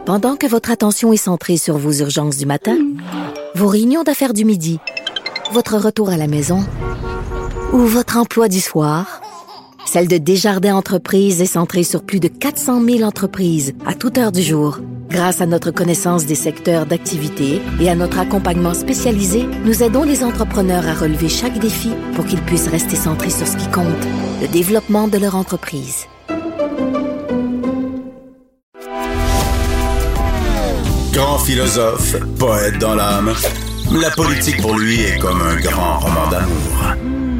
Pendant que votre attention est centrée sur vos urgences du matin, vos réunions d'affaires du midi, votre retour à la maison ou votre emploi du soir, celle de Desjardins Entreprises est centrée sur plus de 400 000 entreprises à toute heure du jour. Grâce à notre connaissance des secteurs d'activité et à notre accompagnement spécialisé, nous aidons les entrepreneurs à relever chaque défi pour qu'ils puissent rester centrés sur ce qui compte, le développement de leur entreprise. Grand philosophe, poète dans l'âme, la politique pour lui est comme un grand roman d'amour.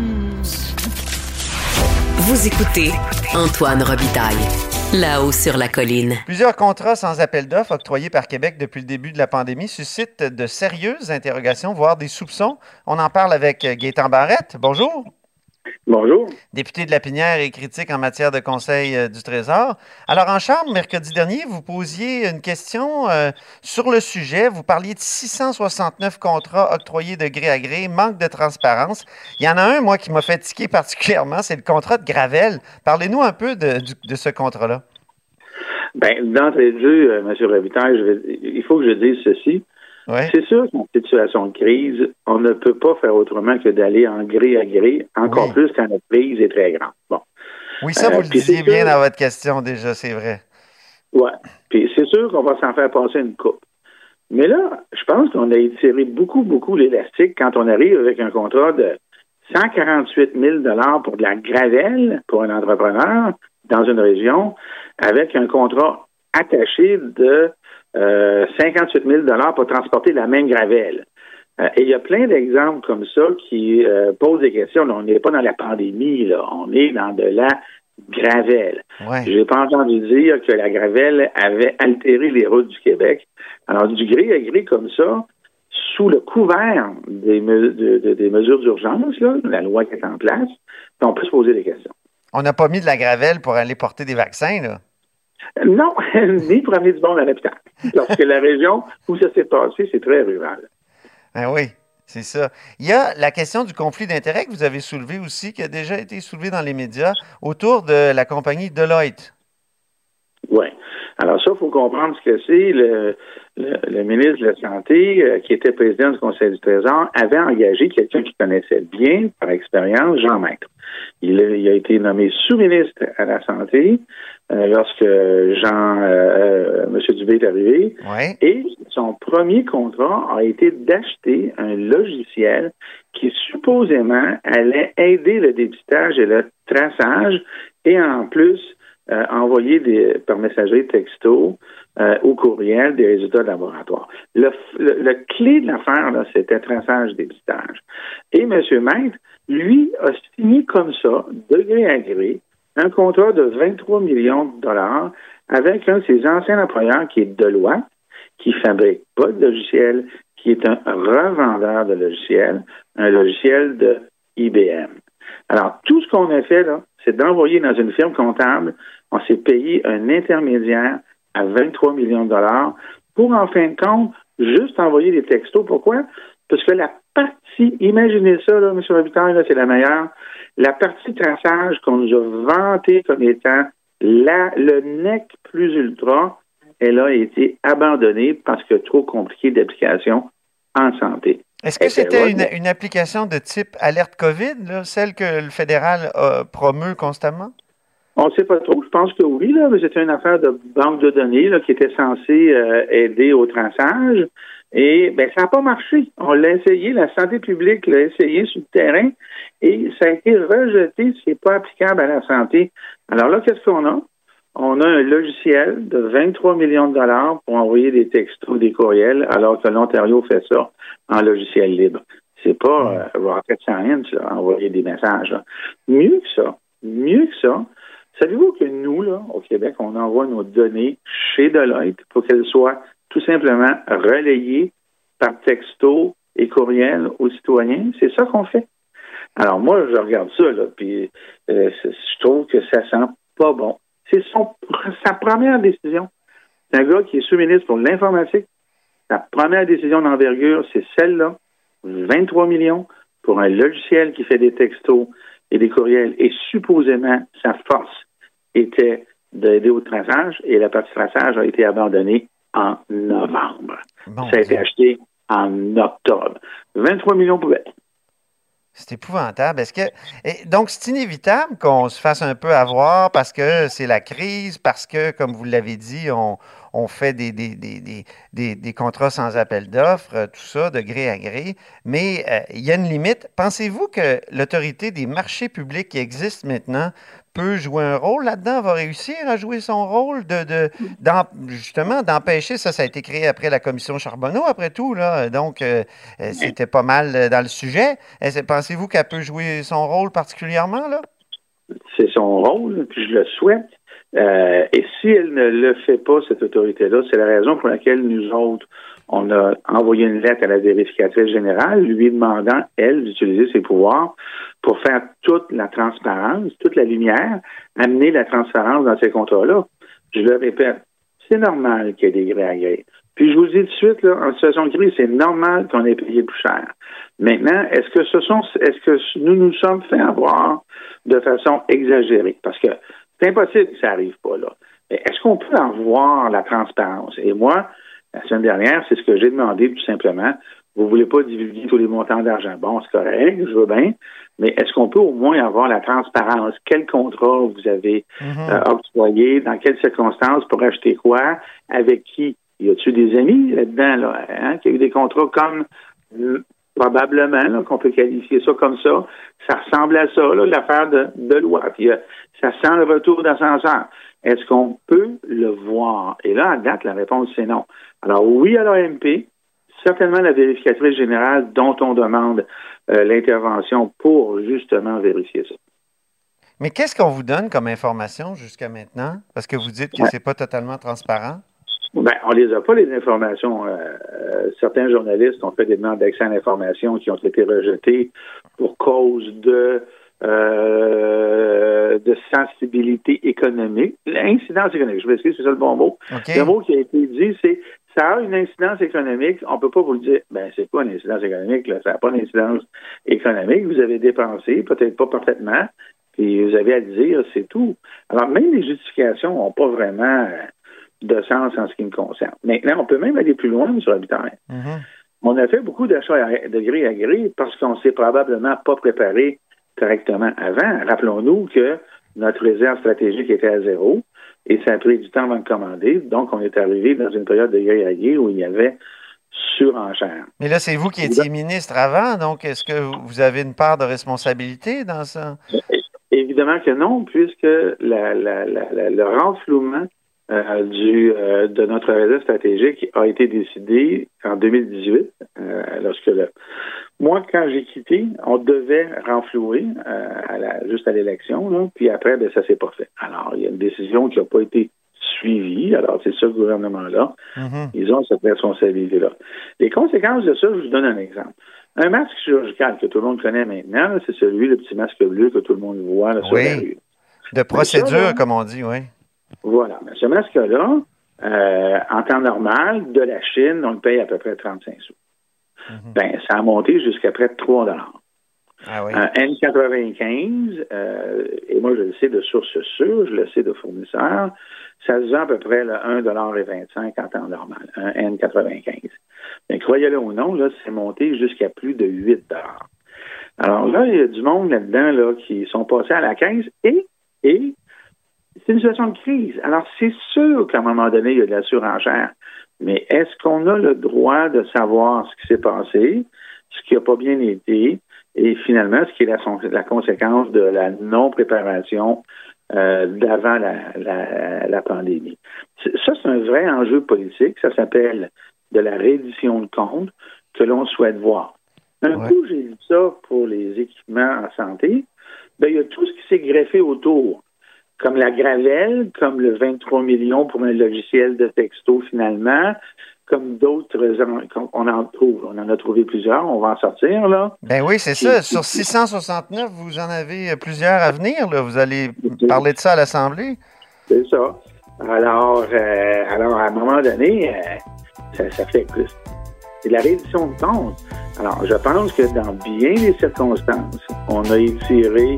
Vous écoutez Antoine Robitaille, là-haut sur la colline. Plusieurs contrats sans appel d'offres octroyés par Québec depuis le début de la pandémie suscitent de sérieuses interrogations, voire des soupçons. On en parle avec Gaétan Barrette. Bonjour. Bonjour. Député de Lapinière et critique en matière de conseil du Trésor. Alors, en Chambre, mercredi dernier, vous posiez une question sur le sujet. Vous parliez de 669 contrats octroyés de gré à gré, manque de transparence. Il y en a un, moi, qui m'a fait tiquer particulièrement, c'est le contrat de Gravel. Parlez-nous un peu de ce contrat-là. Bien, d'entrée de jeu, M. Robitaille, il faut que je dise ceci. Ouais. C'est sûr qu'en situation de crise, on ne peut pas faire autrement que d'aller en gré à gré, encore plus quand notre crise est très grande. Bon. Oui, ça, vous le disiez bien dans votre question déjà, c'est vrai. Oui. Puis c'est sûr qu'on va s'en faire passer une coupe. Mais là, je pense qu'on a étiré beaucoup l'élastique quand on arrive avec un contrat de 148 000 pour de la gravelle pour un entrepreneur dans une région, avec un contrat attaché de 58 000 pour transporter la même gravelle. Et il y a plein d'exemples comme ça qui posent des questions. Là, on n'est pas dans la pandémie, là. On est dans de la gravelle. Ouais. J'ai pas entendu dire que la gravelle avait altéré les routes du Québec. Alors, du gré à gré comme ça, sous le couvert des mesures d'urgence, là, la loi qui est en place, on peut se poser des questions. On n'a pas mis de la gravelle pour aller porter des vaccins, là? Non, ni pour amener du monde à l'hôpital. Parce que la région où ça s'est passé, c'est très rural. Ben oui, c'est ça. Il y a la question du conflit d'intérêts que vous avez soulevé aussi, qui a déjà été soulevée dans les médias, autour de la compagnie Deloitte. Oui. Alors ça, il faut comprendre ce que c'est. Le ministre de la Santé, qui était président du Conseil du Trésor, avait engagé quelqu'un qui connaissait bien, par expérience, Jean Maître. Il a été nommé sous-ministre à la Santé lorsque M. Dubé est arrivé. Ouais. Et son premier contrat a été d'acheter un logiciel qui supposément allait aider le dépistage et le traçage et en plus envoyer par messagerie texto au courriel des résultats de laboratoire. Le clé de l'affaire, là, c'était traçage dépistage. Et M. Maître, lui, a signé comme ça, de gré à gré, un contrat de 23 millions de dollars avec un de ses anciens employeurs qui est Deloitte, qui fabrique pas de logiciel, qui est un revendeur de logiciels, un logiciel de IBM. Alors, tout ce qu'on a fait, là, c'est d'envoyer dans une firme comptable, on s'est payé un intermédiaire à 23 millions de dollars pour, en fin de compte, juste envoyer des textos. Pourquoi? Parce que la partie, imaginez ça, là, M. Robitaille, là, c'est la meilleure, la partie traçage qu'on nous a vantée comme étant le nec plus ultra, elle a été abandonnée parce que trop compliquée d'application en santé. Est-ce que c'était une application de type alerte COVID, là, celle que le fédéral promeut constamment? On ne sait pas trop. Je pense que oui, là, mais c'était une affaire de banque de données là, qui était censée aider au traçage. Et ben ça n'a pas marché. On l'a essayé, la santé publique l'a essayé sur le terrain et ça a été rejeté. C'est pas applicable à la santé. Alors là, qu'est-ce qu'on a? On a un logiciel de 23 millions de dollars pour envoyer des textos, des courriels, alors que l'Ontario fait ça en logiciel libre. C'est pas rocket science, là, envoyer des messages. Là. Mieux que ça, savez-vous que nous, là, au Québec, on envoie nos données chez Deloitte pour qu'elles soient tout simplement relayées par texto et courriel aux citoyens? C'est ça qu'on fait. Alors moi, je regarde ça, là, puis je trouve que ça sent pas bon. C'est sa première décision. C'est un gars qui est sous-ministre pour l'informatique. Sa première décision d'envergure, c'est celle-là. 23 millions pour un logiciel qui fait des textos et des courriels. Et supposément, sa force était d'aider au traçage et la partie traçage a été abandonnée en novembre. Bon, Ça a été acheté en octobre. 23 millions de poubelles. c'est épouvantable. Donc, c'est inévitable qu'on se fasse un peu avoir parce que c'est la crise, parce que, comme vous l'avez dit, on fait des contrats sans appel d'offres, tout ça, de gré à gré. Mais il y a une limite. Pensez-vous que l'autorité des marchés publics qui existe maintenant peut jouer un rôle là-dedans, va réussir à jouer son rôle justement d'empêcher ça? Ça a été créé après la commission Charbonneau, après tout, là. Donc, c'était pas mal dans le sujet. Pensez-vous qu'elle peut jouer son rôle particulièrement, là? C'est son rôle, puis je le souhaite. Et si elle ne le fait pas, cette autorité-là, c'est la raison pour laquelle nous autres, on a envoyé une lettre à la vérificatrice générale lui demandant, elle, d'utiliser ses pouvoirs pour faire toute la transparence, toute la lumière, amener la transparence dans ces contrats-là. Je le répète, c'est normal qu'il y ait des gré à gré. Puis je vous dis tout de suite, là, en situation de crise, c'est normal qu'on ait payé plus cher. Maintenant, est-ce que nous sommes fait avoir de façon exagérée? Parce que c'est impossible que ça n'arrive pas là. Mais est-ce qu'on peut en voir la transparence? Et moi, la semaine dernière, c'est ce que j'ai demandé tout simplement. Vous ne voulez pas divulguer tous les montants d'argent. Bon, c'est correct, je veux bien. Mais est-ce qu'on peut au moins avoir la transparence? Quel contrat vous avez octroyé? Dans quelles circonstances? Pour acheter quoi? Avec qui? Y a-t-il des amis là-dedans, là, hein? Qu'il y a eu des contrats comme probablement, là, qu'on peut qualifier ça comme ça. Ça ressemble à ça, là, l'affaire de loi. Puis ça sent le retour d'ascenseur. Est-ce qu'on peut le voir? Et là, à date, la réponse, c'est non. Alors, oui à l'AMP, certainement la vérificatrice générale dont on demande l'intervention pour justement vérifier ça. Mais qu'est-ce qu'on vous donne comme information jusqu'à maintenant? Parce que vous dites que c'est pas totalement transparent. Ben, on les a pas, les informations. Certains journalistes ont fait des demandes d'accès à l'information qui ont été rejetées pour cause de sensibilité économique. L'incidence économique, je m'excuse, c'est ça le bon mot. Okay. Le mot qui a été dit, c'est ça a une incidence économique. On peut pas vous le dire. Ben, c'est pas une incidence économique, là. Ça n'a pas d'incidence économique. Vous avez dépensé, peut-être pas parfaitement, puis vous avez à le dire, c'est tout. Alors, même les justifications n'ont pas vraiment de sens en ce qui me concerne. Maintenant, on peut même aller plus loin sur l'habitat. On a fait beaucoup d'achats de gré à gré parce qu'on ne s'est probablement pas préparé correctement avant. Rappelons-nous que notre réserve stratégique était à zéro et ça a pris du temps avant de commander. Donc, on est arrivé dans une période de gré à gré où il y avait surenchère. Mais là, c'est vous qui étiez ministre avant, donc est-ce que vous avez une part de responsabilité dans ça? Évidemment que non, puisque le renflouement de notre réserve stratégique a été décidé en 2018, moi, quand j'ai quitté, on devait renflouer juste à l'élection, là, puis après, ben, ça s'est pas fait. Alors, il y a une décision qui n'a pas été suivie. Alors, c'est ce gouvernement-là. Ils ont cette responsabilité-là. Les conséquences de ça, je vous donne un exemple. Un masque chirurgical que tout le monde connaît maintenant, là, c'est celui, le petit masque bleu que tout le monde voit là, sur la rue. De procédure, comme on dit, oui. Voilà. Mais ce masque-là, en temps normal, de la Chine, on le paye à peu près 35 sous. Ben, ça a monté jusqu'à près de 3 $. Ah oui. Un N95, et moi je le sais de source sûre, je le sais de fournisseurs, ça se vend à peu près là, 1,25 $ en temps normal, un N95. Mais croyez-le ou non, là, c'est monté jusqu'à plus de 8 $. Alors là, il y a du monde là-dedans là, qui sont passés à la caisse et c'est une situation de crise. Alors, c'est sûr qu'à un moment donné, il y a de la surenchère. Mais est-ce qu'on a le droit de savoir ce qui s'est passé, ce qui n'a pas bien été, et finalement, ce qui est la conséquence de la non-préparation d'avant la pandémie? Ça, c'est un vrai enjeu politique. Ça s'appelle de la reddition de comptes que l'on souhaite voir. Un coup, j'ai dit ça pour les équipements en santé. Ben, il y a tout ce qui s'est greffé autour, comme la Gravel, comme le 23 millions pour un logiciel de texto finalement, comme d'autres, on en a trouvé plusieurs, on va en sortir, là. Ben oui, c'est ça. Sur 669, vous en avez plusieurs à venir, là. Vous allez parler de ça à l'Assemblée. C'est ça. Alors, à un moment donné, ça fait plus. C'est de la reddition de compte. Alors, je pense que dans bien des circonstances, on a étiré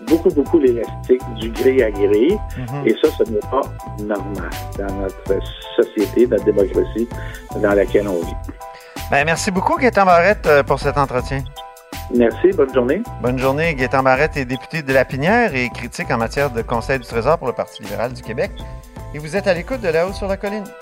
beaucoup l'élastique du gré à gré. Et ça, ce n'est pas normal dans notre société, notre démocratie dans laquelle on vit. Bien, merci beaucoup, Gaétan Barrette, pour cet entretien. Merci, bonne journée. Bonne journée. Gaétan Barrette est député de Lapinière et critique en matière de Conseil du Trésor pour le Parti libéral du Québec. Et vous êtes à l'écoute de Là-haut sur la colline.